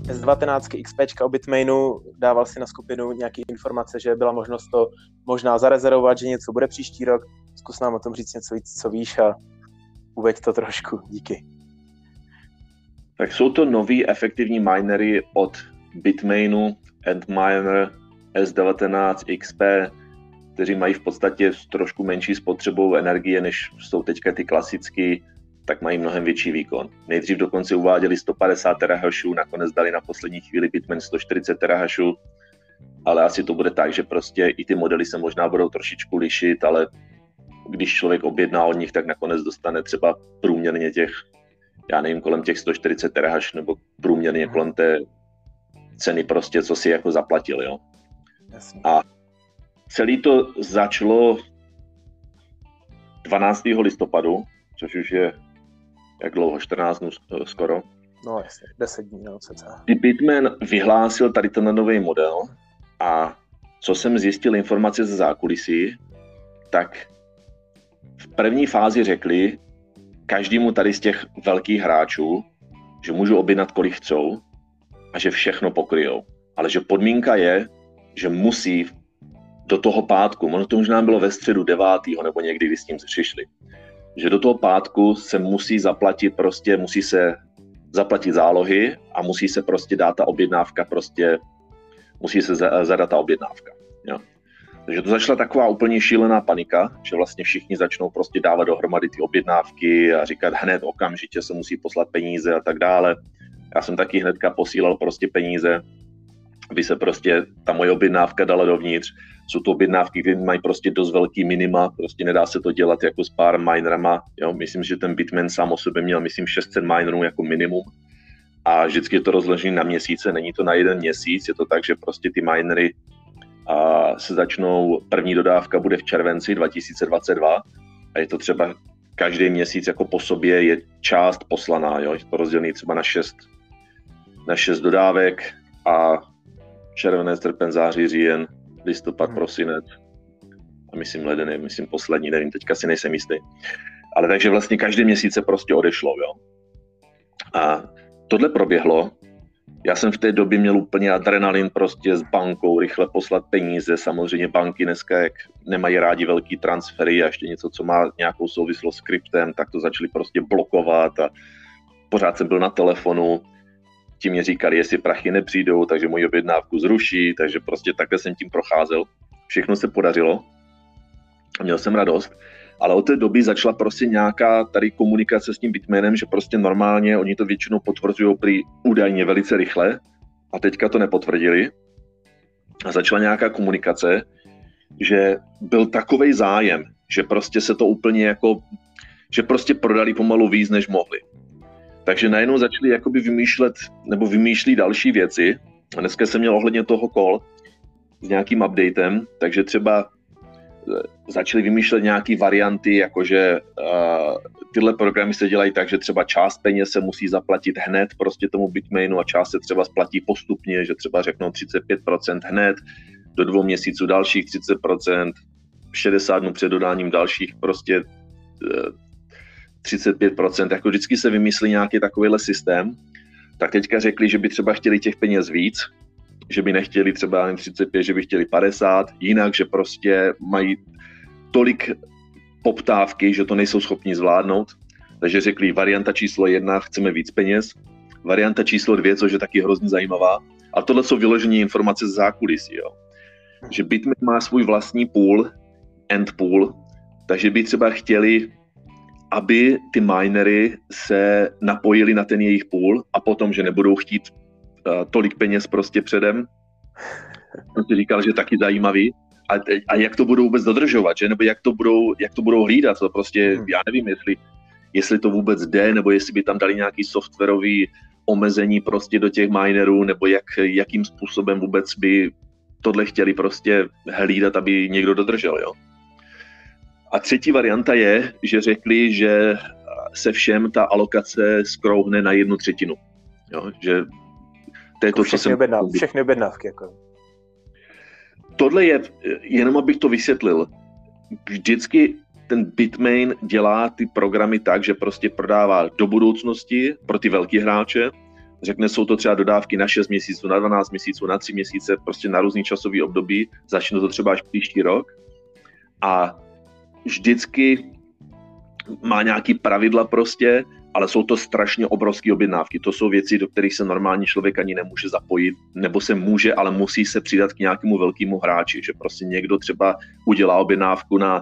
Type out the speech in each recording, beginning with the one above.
S19 XPčka o Bitmainu, dával si na skupinu nějaké informace, že byla možnost to možná zarezervovat, že něco bude příští rok. Zkus nám o tom říct něco víc, co víš a uveď to trošku. Díky. Tak jsou to noví efektivní minery od Bitmainu, Antminer, S19 XP, kteří mají v podstatě trošku menší spotřebou energie, než jsou teďka ty klasický, tak mají mnohem větší výkon. Nejdřív dokonce uváděli 150 terahashů, nakonec dali na poslední chvíli Bitmain 140 terahashů, ale asi to bude tak, že prostě i ty modely se možná budou trošičku lišit, ale když člověk objedná od nich, tak nakonec dostane třeba průměrně těch, já nevím, kolem těch 140 terahash, nebo průměrně kolem té ceny prostě, co si jako zaplatil, jo. Jasně. A celý to začalo 12. listopadu, což už je jak dlouho, 14 dnů skoro. No jasně, 10 dní, no cca. Kdy Bitmain vyhlásil tady ten nový model a co jsem zjistil informace ze zákulisí, tak v první fázi řekli každému tady z těch velkých hráčů, že můžu objednat kolik chcou a že všechno pokryjou. Ale že podmínka je, že musí do toho pátku, ono to možná bylo ve středu 9. nebo někdy, kdy s tím přišli, že do toho pátku se musí zaplatit prostě, musí se zaplatit zálohy a musí se prostě dát ta objednávka, prostě musí se zadat ta objednávka. Jo. Takže to začala taková úplně šílená panika, že vlastně všichni začnou prostě dávat dohromady ty objednávky a říkat hned okamžitě se musí poslat peníze a tak dále. Já jsem taky hnedka posílal prostě peníze, aby se prostě ta moje objednávka dala dovnitř. Jsou to objednávky, které mají prostě dost velký minima, prostě nedá se to dělat jako s pár minerama. Jo? Myslím, že ten Bitmain sám o sobě měl, myslím, 600 minerů jako minimum. A vždycky je to rozložené na měsíce, není to na jeden měsíc, je to tak, že prostě ty minery se začnou, první dodávka bude v červenci 2022 a je to třeba každý měsíc jako po sobě je část poslaná, jo? Je to rozdělený třeba na 6 dodávek a červenec, srpen, září, říjen, listopad, prosinec a myslím leden je, myslím poslední, nevím, teďka si nejsem jistý. Ale takže vlastně každý měsíc se prostě odešlo, jo. A tohle proběhlo, já jsem v té době měl úplně adrenalin prostě s bankou, rychle poslat peníze, samozřejmě banky dneska, jak nemají rádi velký transfery a ještě něco, co má nějakou souvislost s kryptem, tak to začali prostě blokovat a pořád jsem byl na telefonu, ti mě říkali, jestli prachy nepřijdou, takže moji objednávku zruší, takže prostě takhle jsem tím procházel. Všechno se podařilo a měl jsem radost, ale od té doby začala prostě nějaká tady komunikace s tím Bitmainem, že prostě normálně oni to většinou potvrzují prý údajně velice rychle a teďka to nepotvrdili. A začala nějaká komunikace, že byl takovej zájem, že prostě se to úplně jako, že prostě prodali pomalu víc, než mohli. Takže najednou začali jakoby vymýšlí další věci. A dneska jsem měl ohledně toho call s nějakým updatem, takže třeba začali vymýšlet nějaké varianty, jakože tyhle programy se dělají tak, že třeba část peněz se musí zaplatit hned prostě tomu Bitmainu a část se třeba splatí postupně, že třeba řeknou 35% hned, do 2 měsíců dalších 30%, 60 dnů před dodáním dalších prostě 35%, jako vždycky se vymyslí nějaký takovýhle systém, tak teďka řekli, že by třeba chtěli těch peněz víc, že by nechtěli třeba 35, že by chtěli 50, jinak, že prostě mají tolik poptávky, že to nejsou schopni zvládnout, takže řekli varianta číslo 1, chceme víc peněz, varianta číslo 2, což je taky hrozně zajímavá, a tohle jsou vyložené informace z zákulisí, jo. Že Bitmain má svůj vlastní pool, end pool, takže by třeba chtěli, aby ty minery se napojili na ten jejich pool a potom, že nebudou chtít tolik peněz prostě předem. On si říkal, že taky zajímavý. A jak to budou vůbec dodržovat, že? Nebo jak to budou hlídat, to prostě, já nevím, jestli to vůbec jde, nebo jestli by tam dali nějaký softwarový omezení prostě do těch minerů, nebo jakým způsobem vůbec by tohle chtěli prostě hlídat, aby někdo dodržel, jo. A třetí varianta je, že řekli, že se všem ta alokace skrouhne na 1/3. Jo, že to je to, co jsem... Všechny objednávky, jako. Tohle je, jenom abych to vysvětlil, vždycky ten Bitmain dělá ty programy tak, že prostě prodává do budoucnosti pro ty velký hráče řekne, jsou to třeba dodávky na 6 měsíců, na 12 měsíců, na 3 měsíce, prostě na různý časový období, začne to třeba až příští rok a vždycky má nějaký pravidla prostě, ale jsou to strašně obrovské objednávky. To jsou věci, do kterých se normální člověk ani nemůže zapojit, nebo se může, ale musí se přidat k nějakému velkému hráči, že prostě někdo třeba udělá objednávku na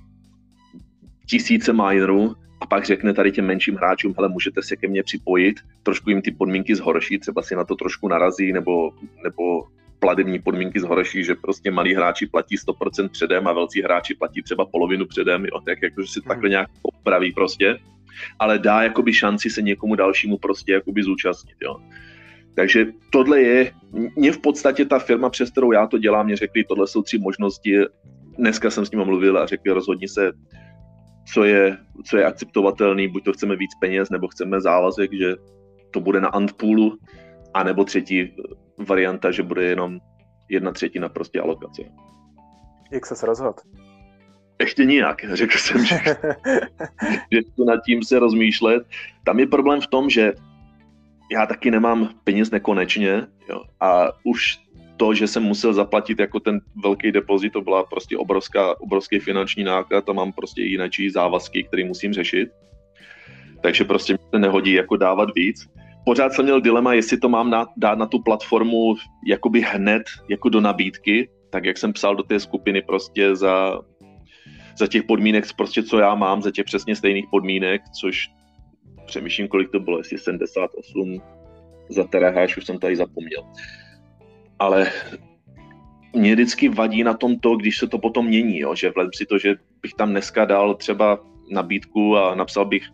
1000 minerů a pak řekne tady těm menším hráčům, hele, můžete se ke mně připojit, trošku jim ty podmínky zhorší, třeba si na to trošku narazí, nebo platební podmínky zhorší, že prostě malí hráči platí 100% předem a velcí hráči platí třeba polovinu předem, jo, tak jakože si takhle nějak opraví prostě, ale dá jakoby šanci se někomu dalšímu prostě jakoby zúčastnit, jo. Takže tohle je, mě v podstatě ta firma, přes kterou já to dělám, mě řekli, tohle jsou 3 možnosti, dneska jsem s nimi mluvil a řekli, rozhodni se, co je akceptovatelný, buď to chceme víc peněz, nebo chceme závazek, že to bude na Antpoolu, anebo třetí varianta, že bude jenom 1/3 prostě alokace. Jak se rozhodl? Ještě nijak. Řekl jsem, že to nad tím se rozmýšlet. Tam je problém v tom, že já taky nemám peněz nekonečně, jo, a už to, že jsem musel zaplatit jako ten velký depozit, to byla prostě obrovský finanční náklad a mám prostě jináčí závazky, které musím řešit. Takže prostě mi se nehodí jako dávat víc. Pořád jsem měl dilema, jestli to mám dát na tu platformu jakoby hned jako do nabídky, tak jak jsem psal do té skupiny prostě za těch podmínek, prostě co já mám, za těch přesně stejných podmínek, což přemýšlím, kolik to bylo, jestli 78 za terahash, už jsem tady zapomněl. Ale mě vždycky vadí na tom to, když se to potom mění, jo? Že vlem si to, že bych tam dneska dal třeba nabídku a napsal bych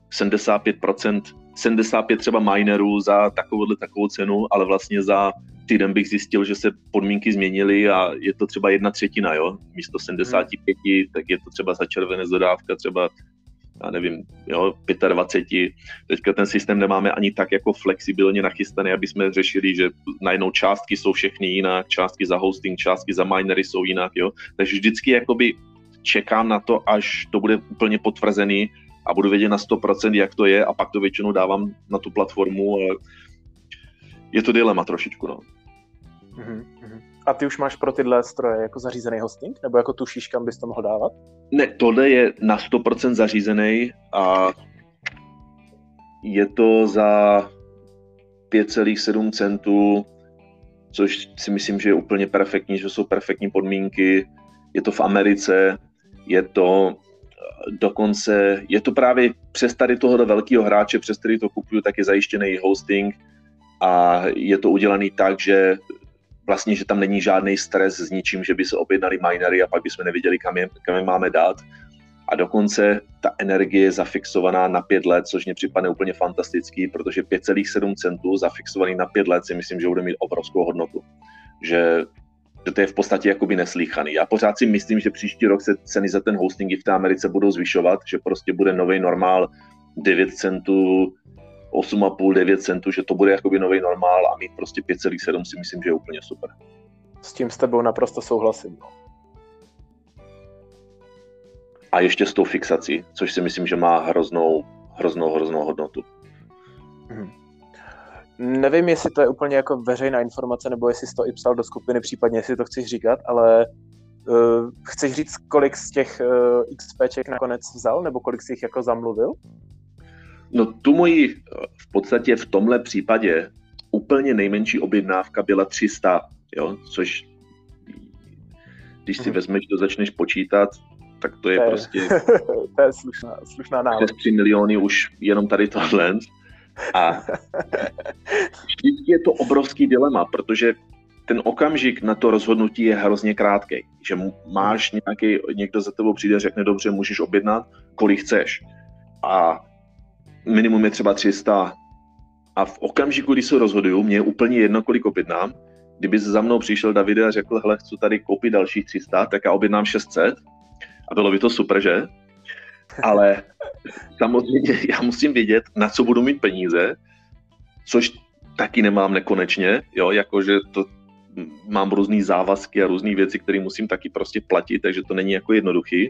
75 třeba minerů za takovou cenu, ale vlastně za týden bych zjistil, že se podmínky změnily a je to třeba 1/3, jo? Místo 75, tak je to třeba za červenec dodávka třeba, já nevím, jo, 25. Teďka ten systém nemáme ani tak jako flexibilně nachystaný, aby jsme řešili, že najednou částky jsou všechny jinak, částky za hosting, částky za minery jsou jinak, jo. Takže vždycky jakoby čekám na to, až to bude úplně potvrzený a budu vědět na 100%, jak to je a pak to většinou dávám na tu platformu, ale je to dilema trošičku, no. A ty už máš pro tyhle stroje jako zařízený hosting? Nebo jako tušíš, kam bys to mohl dávat? Ne, tohle je na 100% zařízený a je to za 5,7 centů, což si myslím, že je úplně perfektní, že jsou perfektní podmínky. Je to v Americe, je to dokonce, je to právě přes tady tohoto velkého hráče, přes který to kupuju, tak je zajištěný hosting a je to udělaný tak, že vlastně, že tam není žádný stres s ničím, že by se objednali minery a pak bychom nevěděli, kam je máme dát. A dokonce ta energie je zafixovaná na 5 let, což mě připadne úplně fantastický, protože 5,7 centů zafixovaný na 5 let si myslím, že bude mít obrovskou hodnotu. Že to je v podstatě jakoby neslýchaný. Já pořád si myslím, že příští rok se ceny za ten hosting i v té Americe budou zvyšovat, že prostě bude nový normál 9 centů, 8,5-9 centů, že to bude jakoby nový normál a mít prostě 5,7 si myslím, že je úplně super. S tím s tebou naprosto souhlasím. A ještě s tou fixací, což si myslím, že má hroznou hodnotu. Nevím, jestli to je úplně jako veřejná informace, nebo jestli jsi to i psal do skupiny, případně jestli to chceš říkat, ale chceš říct, kolik z těch XPček nakonec vzal, nebo kolik jsi jich jako zamluvil? No tu moji v podstatě v tomhle případě úplně nejmenší objednávka byla 300, jo, což když si vezmeš, to začneš počítat, tak to je prostě... To je slušná návod. 3 miliony už jenom tady tohle. A vždycky je to obrovský dilema, protože ten okamžik na to rozhodnutí je hrozně krátký. Že máš někdo za tebou přijde a řekne, dobře, můžeš objednat, kolik chceš. A minimum je třeba 300. A v okamžiku, kdy se rozhoduju, mě je úplně jedno, kolik objednám. Kdyby za mnou přišel Davide a řekl, hele, chci tady koupit dalších 300, tak já objednám 600. A bylo by to super, že? Ale samozřejmě já musím vědět, na co budu mít peníze, což taky nemám nekonečně, jo, jakože to mám různý závazky a různý věci, které musím taky prostě platit, takže to není jako jednoduchý.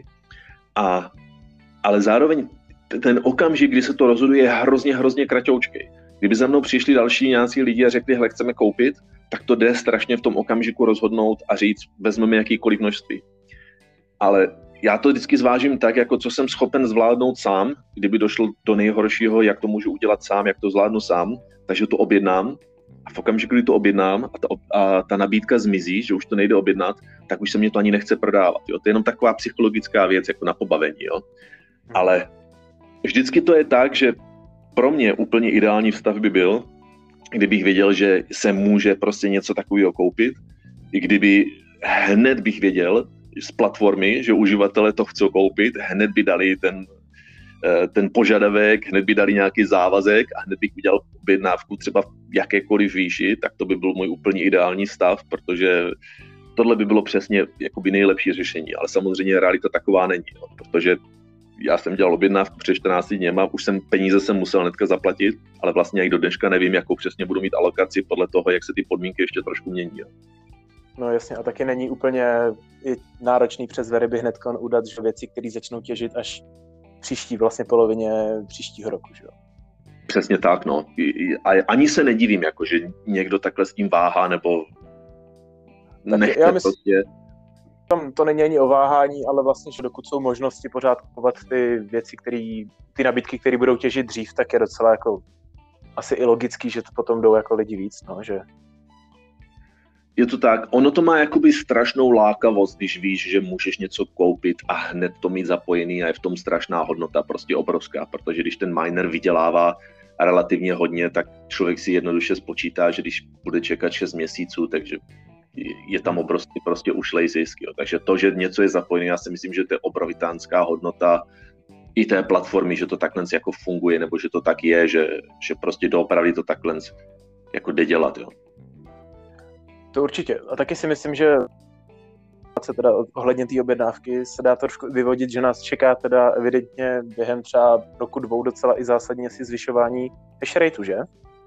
Ale zároveň ten okamžik, kdy se to rozhoduje, je hrozně kratoučkej. Kdyby za mnou přišli další nějací lidi a řekli, hele, chceme koupit, tak to jde strašně v tom okamžiku rozhodnout a říct, vezmeme jakýkoliv množství. Ale já to vždycky zvážím tak, jako co jsem schopen zvládnout sám, kdyby došlo do nejhoršího, jak to můžu udělat sám, jak to zvládnu sám, takže to objednám. A v okamžiku, kdy to objednám a ta nabídka zmizí, že už to nejde objednat, tak už se mě to ani nechce prodávat. Jo? To je jenom taková psychologická věc, jako na pobavení. Jo? Ale vždycky to je tak, že pro mě úplně ideální vztah by byl, kdybych věděl, že se může prostě něco takového koupit, i kdyby hned bych věděl z platformy, že uživatelé to chcou koupit, hned by dali ten požadavek, hned by dali nějaký závazek a hned bych udělal objednávku třeba v jakékoliv výši, tak to by byl můj úplně ideální stav, protože tohle by bylo přesně jakoby nejlepší řešení, ale samozřejmě realita taková není, no, protože já jsem dělal objednávku před 14 dněma, už peníze jsem musel hnedka zaplatit, ale vlastně jak do dneška nevím, jakou přesně budu mít alokaci podle toho, jak se ty podmínky ještě trošku mění. Jo. No jasně, a taky není úplně náročný přes Veriby hnedka udat, že věci, které začnou těžit až příští vlastně polovině příštího roku, že jo? Přesně tak, no. A ani se nedivím, jako, že někdo takhle s tím váhá, nebo nechce já myslím, prostě. Tam to není ani o váhání, ale vlastně, že dokud jsou možnosti pořád kupovat ty věci, ty nabídky, které budou těžit dřív, tak je docela jako asi i logický, že to potom jdou jako lidi víc, no, že... Je to tak, ono to má jakoby strašnou lákavost, když víš, že můžeš něco koupit a hned to mít zapojený a je v tom strašná hodnota, prostě obrovská, protože když ten miner vydělává relativně hodně, tak člověk si jednoduše spočítá, že když bude čekat 6 měsíců, takže je tam obrovský prostě ušlej zisk. Jo. Takže to, že něco je zapojené, já si myslím, že to je obrovitánská hodnota i té platformy, že to takhle jako funguje, nebo že to tak je, že prostě doopravdy to takhle jako jde dělat. Jo. To určitě. A taky si myslím, že se teda ohledně té objednávky se dá trošku vyvodit, že nás čeká teda evidentně během třeba roku 2 docela i zásadně asi zvyšování hash rateu, že?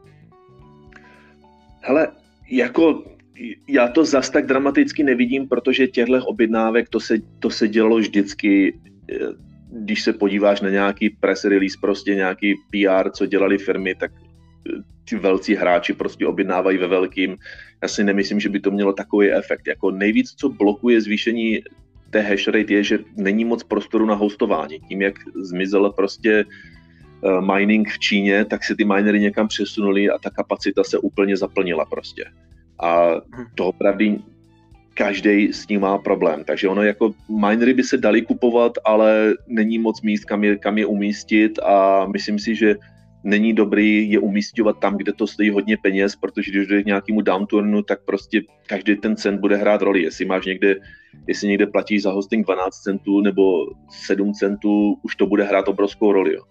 Hele, jako já to zas tak dramaticky nevidím, protože těchto objednávek to se dělalo vždycky, když se podíváš na nějaký press release, prostě nějaký PR, co dělali firmy, tak ti velcí hráči prostě objednávají ve velkým. Já si nemyslím, že by to mělo takový efekt. Jako nejvíc, co blokuje zvýšení té hash rate, je, že není moc prostoru na hostování. Tím, jak zmizel prostě mining v Číně, tak se ty minery někam přesunuli a ta kapacita se úplně zaplnila prostě. A to opravdu každý s tím má problém. Takže ono jako minery by se dali kupovat, ale není moc míst, kam je umístit a myslím si, že není dobrý je umísťovat tam, kde to stojí hodně peněz, protože když dojde k nějakému downturnu, tak prostě každý ten cent bude hrát roli. Jestli někde platíš za hosting 12 centů nebo 7 centů, už to bude hrát obrovskou roli. Jo.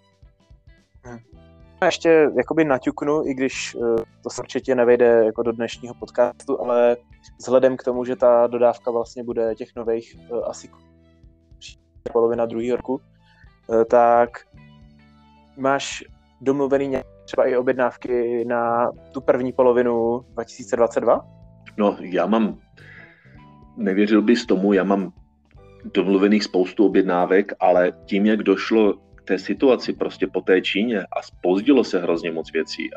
A ještě jakoby naťuknu, i když to se určitě nevejde jako do dnešního podcastu, ale vzhledem k tomu, že ta dodávka vlastně bude těch nových asi polovina druhého roku, tak máš domluvený třeba i objednávky na tu první polovinu 2022? No, nevěřil bys tomu, já mám domluvených spoustu objednávek, ale tím, jak došlo k té situaci prostě po té Číně a zpozdilo se hrozně moc věcí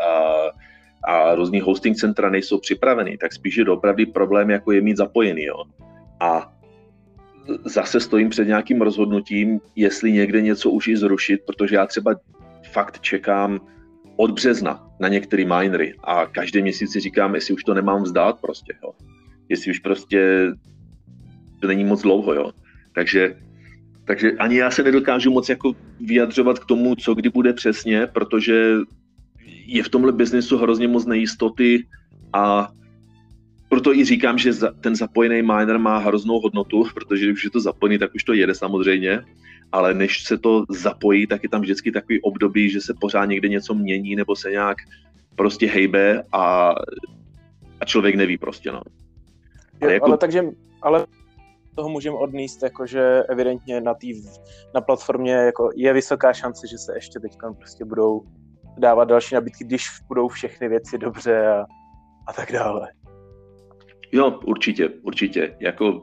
a různý hosting centra nejsou připravený, tak spíš je opravdu problém, jako je mít zapojený. Jo. A zase stojím před nějakým rozhodnutím, jestli někde něco už i zrušit, protože já třeba fakt čekám od března na některé minery a každý měsíc si říkám, jestli už to nemám vzdát prostě, jo. Jestli už prostě to není moc dlouho, jo. Takže ani já se nedokážu moc jako vyjadřovat k tomu, co kdy bude přesně, protože je v tomhle biznesu hrozně moc nejistoty a proto i říkám, že ten zapojený miner má hroznou hodnotu, protože když je to zapojený, tak už to jede samozřejmě, ale než se to zapojí, tak je tam vždycky takový období, že se pořád někde něco mění nebo se nějak prostě hejbe a člověk neví prostě, no. Ale toho můžeme odníst, jakože evidentně na platformě jako je vysoká šance, že se ještě teď prostě budou dávat další nabídky, když budou všechny věci dobře a tak dále. Jo, určitě. Jako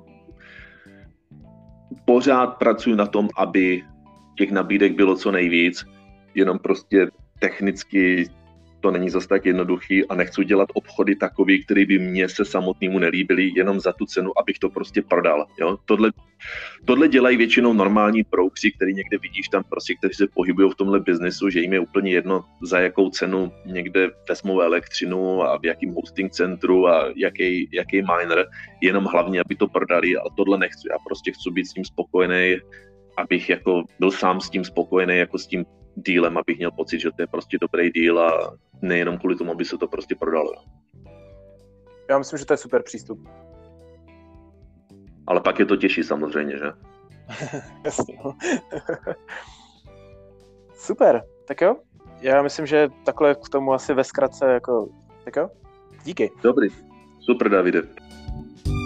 pořád pracuji na tom, aby těch nabídek bylo co nejvíc, jenom prostě technicky to není zase tak jednoduchý a nechci dělat obchody takový, které by mně se samotnému nelíbily jenom za tu cenu, abych to prostě prodal. Jo? Tohle dělají většinou normální broukři, který někde vidíš tam prostě, kteří se pohybují v tomhle biznesu, že jim je úplně jedno, za jakou cenu někde vezmou elektřinu a v jakém hosting centru a jaký miner, jenom hlavně, aby to prodali, ale tohle nechci. Já prostě chci být s tím spokojený, abych jako byl sám s tím spokojený, jako s tím dílem, abych měl pocit, že to je prostě dobrý díl a nejenom kvůli tomu, aby se to prostě prodalo. Já myslím, že to je super přístup. Ale pak je to těžší samozřejmě, že? Jasně, no. Super, tak jo. Já myslím, že takhle k tomu asi ve zkratce jako, tak jo. Díky. Dobrý, super, Davide.